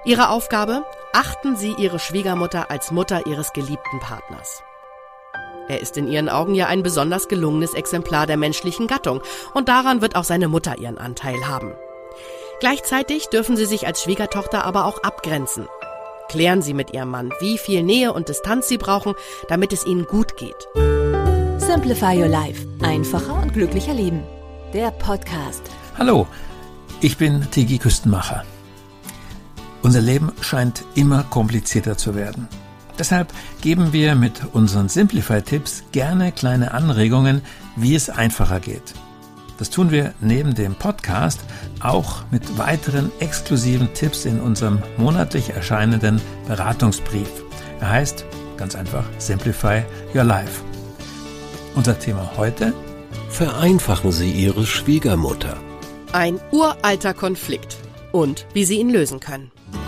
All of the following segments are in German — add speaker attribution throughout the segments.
Speaker 1: Ihre Aufgabe? Achten Sie Ihre Schwiegermutter als Mutter Ihres geliebten Partners. Er ist in Ihren Augen ja ein besonders gelungenes Exemplar der menschlichen Gattung und daran wird auch seine Mutter ihren Anteil haben. Gleichzeitig dürfen Sie sich als Schwiegertochter aber auch abgrenzen. Klären Sie mit Ihrem Mann, wie viel Nähe und Distanz Sie brauchen, damit es Ihnen gut geht.
Speaker 2: Simplify Your Life. Einfacher und glücklicher leben. Der Podcast.
Speaker 3: Hallo, ich bin Tigi Küstenmacher. Unser Leben scheint immer komplizierter zu werden. Deshalb geben wir mit unseren Simplify-Tipps gerne kleine Anregungen, wie es einfacher geht. Das tun wir neben dem Podcast auch mit weiteren exklusiven Tipps in unserem monatlich erscheinenden Beratungsbrief. Er heißt ganz einfach Simplify Your Life. Unser Thema heute:
Speaker 4: Vereinfachen Sie Ihre Schwiegermutter.
Speaker 1: Ein uralter Konflikt und wie Sie ihn lösen können.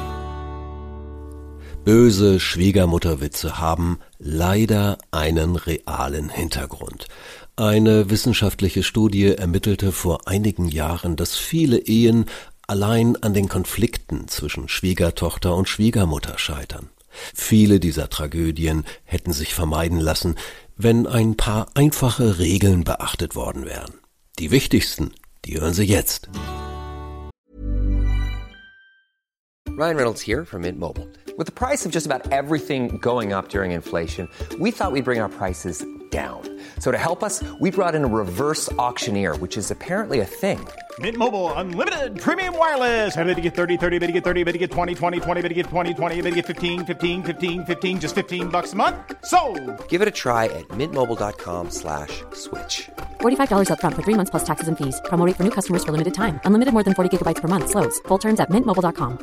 Speaker 4: Böse Schwiegermutterwitze haben leider einen realen Hintergrund. Eine wissenschaftliche Studie ermittelte vor einigen Jahren, dass viele Ehen allein an den Konflikten zwischen Schwiegertochter und Schwiegermutter scheitern. Viele dieser Tragödien hätten sich vermeiden lassen, wenn ein paar einfache Regeln beachtet worden wären. Die wichtigsten, die hören Sie jetzt.
Speaker 5: Ryan Reynolds here from Mint Mobile. With the price of just about everything going up during inflation, we thought we'd bring our prices down. So to help us, we brought in a reverse auctioneer, which is apparently a thing.
Speaker 6: Mint Mobile Unlimited Premium Wireless. How to get 30, 30, how to get 30, how to get 20, 20, 20, how to get 20, 20, how to get 15, 15, 15, 15, just $15 a month? Sold!
Speaker 5: Give it a try at mintmobile.com/switch.
Speaker 7: $45 up front for 3 months plus taxes and fees. Promo rate for new customers for limited time. Unlimited more than 40 gigabytes per month. Slows full terms at mintmobile.com.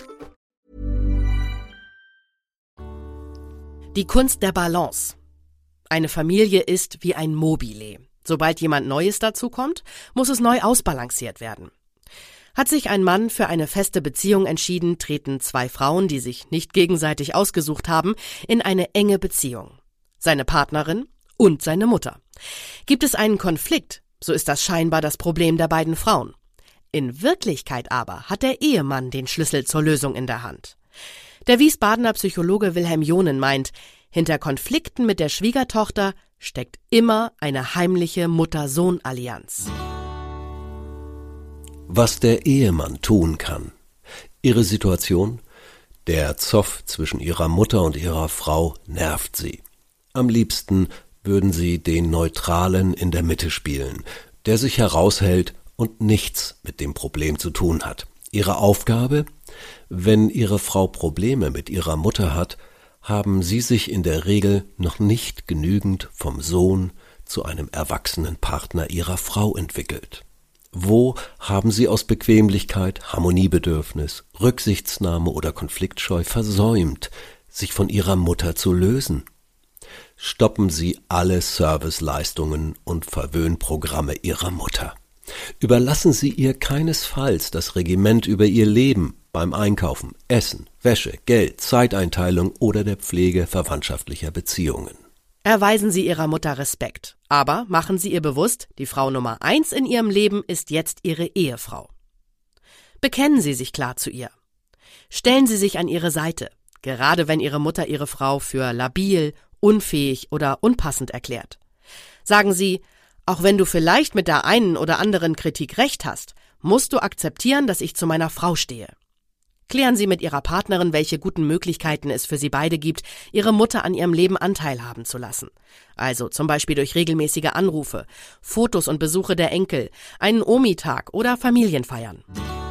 Speaker 1: Die Kunst der Balance. Eine Familie ist wie ein Mobile. Sobald jemand Neues dazukommt, muss es neu ausbalanciert werden. Hat sich ein Mann für eine feste Beziehung entschieden, treten zwei Frauen, die sich nicht gegenseitig ausgesucht haben, in eine enge Beziehung. Seine Partnerin und seine Mutter. Gibt es einen Konflikt, so ist das scheinbar das Problem der beiden Frauen. In Wirklichkeit aber hat der Ehemann den Schlüssel zur Lösung in der Hand. Der Wiesbadener Psychologe Wilhelm Johnen meint, hinter Konflikten mit der Schwiegertochter steckt immer eine heimliche Mutter-Sohn-Allianz.
Speaker 4: Was der Ehemann tun kann. Ihre Situation? Der Zoff zwischen ihrer Mutter und ihrer Frau nervt sie. Am liebsten würden sie den Neutralen in der Mitte spielen, der sich heraushält und nichts mit dem Problem zu tun hat. Ihre Aufgabe? Wenn Ihre Frau Probleme mit ihrer Mutter hat, haben Sie sich in der Regel noch nicht genügend vom Sohn zu einem erwachsenen Partner Ihrer Frau entwickelt. Wo haben Sie aus Bequemlichkeit, Harmoniebedürfnis, Rücksichtsnahme oder Konfliktscheu versäumt, sich von Ihrer Mutter zu lösen? Stoppen Sie alle Serviceleistungen und Verwöhnprogramme Ihrer Mutter. Überlassen Sie ihr keinesfalls das Regiment über ihr Leben beim Einkaufen, Essen, Wäsche, Geld, Zeiteinteilung oder der Pflege verwandtschaftlicher Beziehungen.
Speaker 1: Erweisen Sie Ihrer Mutter Respekt, aber machen Sie ihr bewusst, die Frau Nummer 1 in Ihrem Leben ist jetzt Ihre Ehefrau. Bekennen Sie sich klar zu ihr. Stellen Sie sich an ihre Seite, gerade wenn Ihre Mutter Ihre Frau für labil, unfähig oder unpassend erklärt. Sagen Sie: Auch wenn du vielleicht mit der einen oder anderen Kritik recht hast, musst du akzeptieren, dass ich zu meiner Frau stehe. Klären Sie mit Ihrer Partnerin, welche guten Möglichkeiten es für Sie beide gibt, Ihre Mutter an ihrem Leben anteilhaben zu lassen. Also zum Beispiel durch regelmäßige Anrufe, Fotos und Besuche der Enkel, einen Omi-Tag oder Familienfeiern.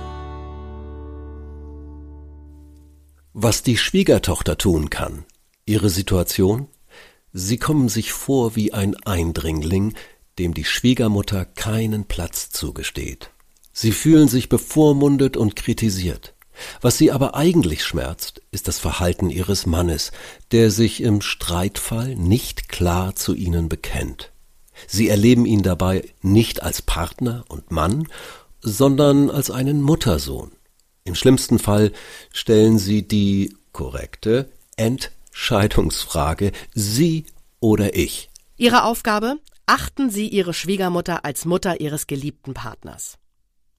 Speaker 4: Was die Schwiegertochter tun kann. Ihre Situation? Sie kommen sich vor wie ein Eindringling, dem die Schwiegermutter keinen Platz zugesteht. Sie fühlen sich bevormundet und kritisiert. Was sie aber eigentlich schmerzt, ist das Verhalten ihres Mannes, der sich im Streitfall nicht klar zu ihnen bekennt. Sie erleben ihn dabei nicht als Partner und Mann, sondern als einen Muttersohn. Im schlimmsten Fall stellen sie die korrekte Entscheidungsfrage: Sie oder ich.
Speaker 1: Ihre Aufgabe? Achten Sie Ihre Schwiegermutter als Mutter Ihres geliebten Partners.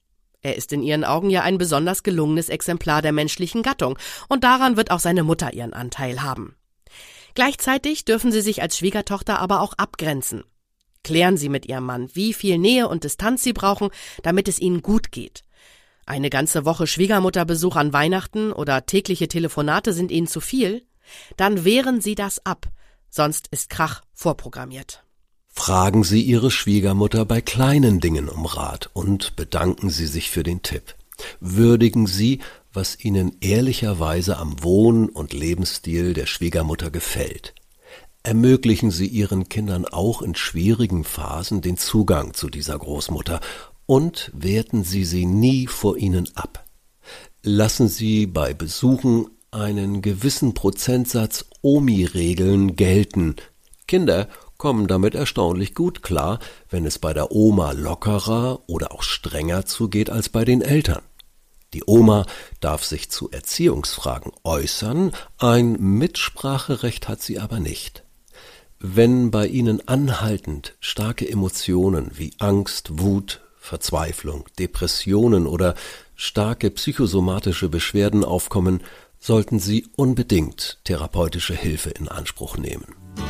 Speaker 1: Er ist in ihren Augen ja ein besonders gelungenes Exemplar der menschlichen Gattung und daran wird auch seine Mutter ihren Anteil haben. Gleichzeitig dürfen Sie sich als Schwiegertochter aber auch abgrenzen. Klären Sie mit Ihrem Mann, wie viel Nähe und Distanz Sie brauchen, damit es Ihnen gut geht. Eine ganze Woche Schwiegermutterbesuch an Weihnachten oder tägliche Telefonate sind Ihnen zu viel? Dann wehren Sie das ab, sonst ist Krach vorprogrammiert.
Speaker 4: Fragen Sie Ihre Schwiegermutter bei kleinen Dingen um Rat und bedanken Sie sich für den Tipp. Würdigen Sie, was Ihnen ehrlicherweise am Wohn- und Lebensstil der Schwiegermutter gefällt. Ermöglichen Sie Ihren Kindern auch in schwierigen Phasen den Zugang zu dieser Großmutter und werten Sie sie nie vor ihnen ab. Lassen Sie bei Besuchen einen gewissen Prozentsatz Omi-Regeln gelten. Kinder kommen damit erstaunlich gut klar, wenn es bei der Oma lockerer oder auch strenger zugeht als bei den Eltern. Die Oma darf sich zu Erziehungsfragen äußern, ein Mitspracherecht hat sie aber nicht. Wenn bei ihnen anhaltend starke Emotionen wie Angst, Wut, Verzweiflung, Depressionen oder starke psychosomatische Beschwerden aufkommen, sollten sie unbedingt therapeutische Hilfe in Anspruch nehmen.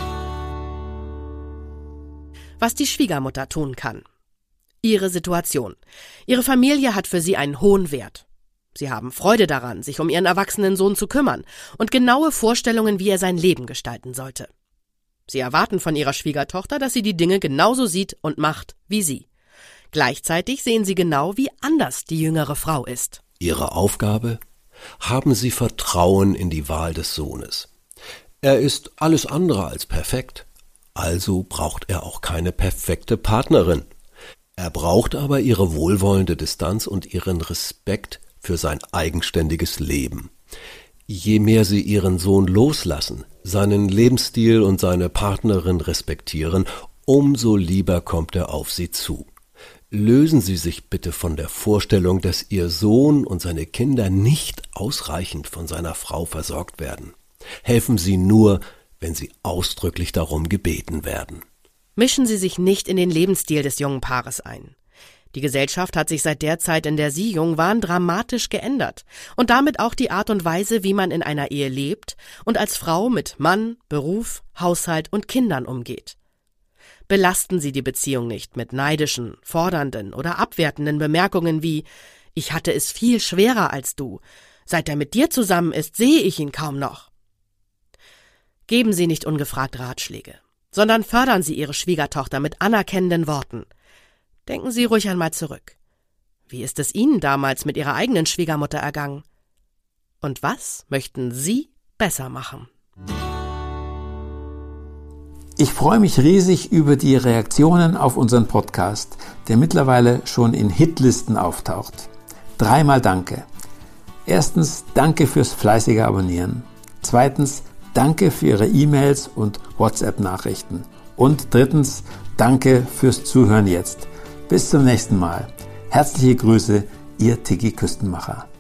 Speaker 1: Was die Schwiegermutter tun kann. Ihre Situation. Ihre Familie hat für Sie einen hohen Wert. Sie haben Freude daran, sich um Ihren erwachsenen Sohn zu kümmern und genaue Vorstellungen, wie er sein Leben gestalten sollte. Sie erwarten von Ihrer Schwiegertochter, dass sie die Dinge genauso sieht und macht wie Sie. Gleichzeitig sehen Sie genau, wie anders die jüngere Frau ist.
Speaker 4: Ihre Aufgabe? Haben Sie Vertrauen in die Wahl des Sohnes. Er ist alles andere als perfekt, also braucht er auch keine perfekte Partnerin. Er braucht aber Ihre wohlwollende Distanz und Ihren Respekt für sein eigenständiges Leben. Je mehr Sie Ihren Sohn loslassen, seinen Lebensstil und seine Partnerin respektieren, umso lieber kommt er auf Sie zu. Lösen Sie sich bitte von der Vorstellung, dass Ihr Sohn und seine Kinder nicht ausreichend von seiner Frau versorgt werden. Helfen Sie nur, wenn Sie ausdrücklich darum gebeten werden.
Speaker 1: Mischen Sie sich nicht in den Lebensstil des jungen Paares ein. Die Gesellschaft hat sich seit der Zeit, in der Sie jung waren, dramatisch geändert und damit auch die Art und Weise, wie man in einer Ehe lebt und als Frau mit Mann, Beruf, Haushalt und Kindern umgeht. Belasten Sie die Beziehung nicht mit neidischen, fordernden oder abwertenden Bemerkungen wie »Ich hatte es viel schwerer als du. Seit er mit dir zusammen ist, sehe ich ihn kaum noch.« Geben Sie nicht ungefragt Ratschläge, sondern fördern Sie Ihre Schwiegertochter mit anerkennenden Worten. Denken Sie ruhig einmal zurück. Wie ist es Ihnen damals mit Ihrer eigenen Schwiegermutter ergangen? Und was möchten Sie besser machen?
Speaker 3: Ich freue mich riesig über die Reaktionen auf unseren Podcast, der mittlerweile schon in Hitlisten auftaucht. 3-mal Danke. Erstens, danke fürs fleißige Abonnieren. Zweitens, danke für Ihre E-Mails und WhatsApp-Nachrichten. Und drittens, danke fürs Zuhören jetzt. Bis zum nächsten Mal. Herzliche Grüße, Ihr Tiggi Küstenmacher.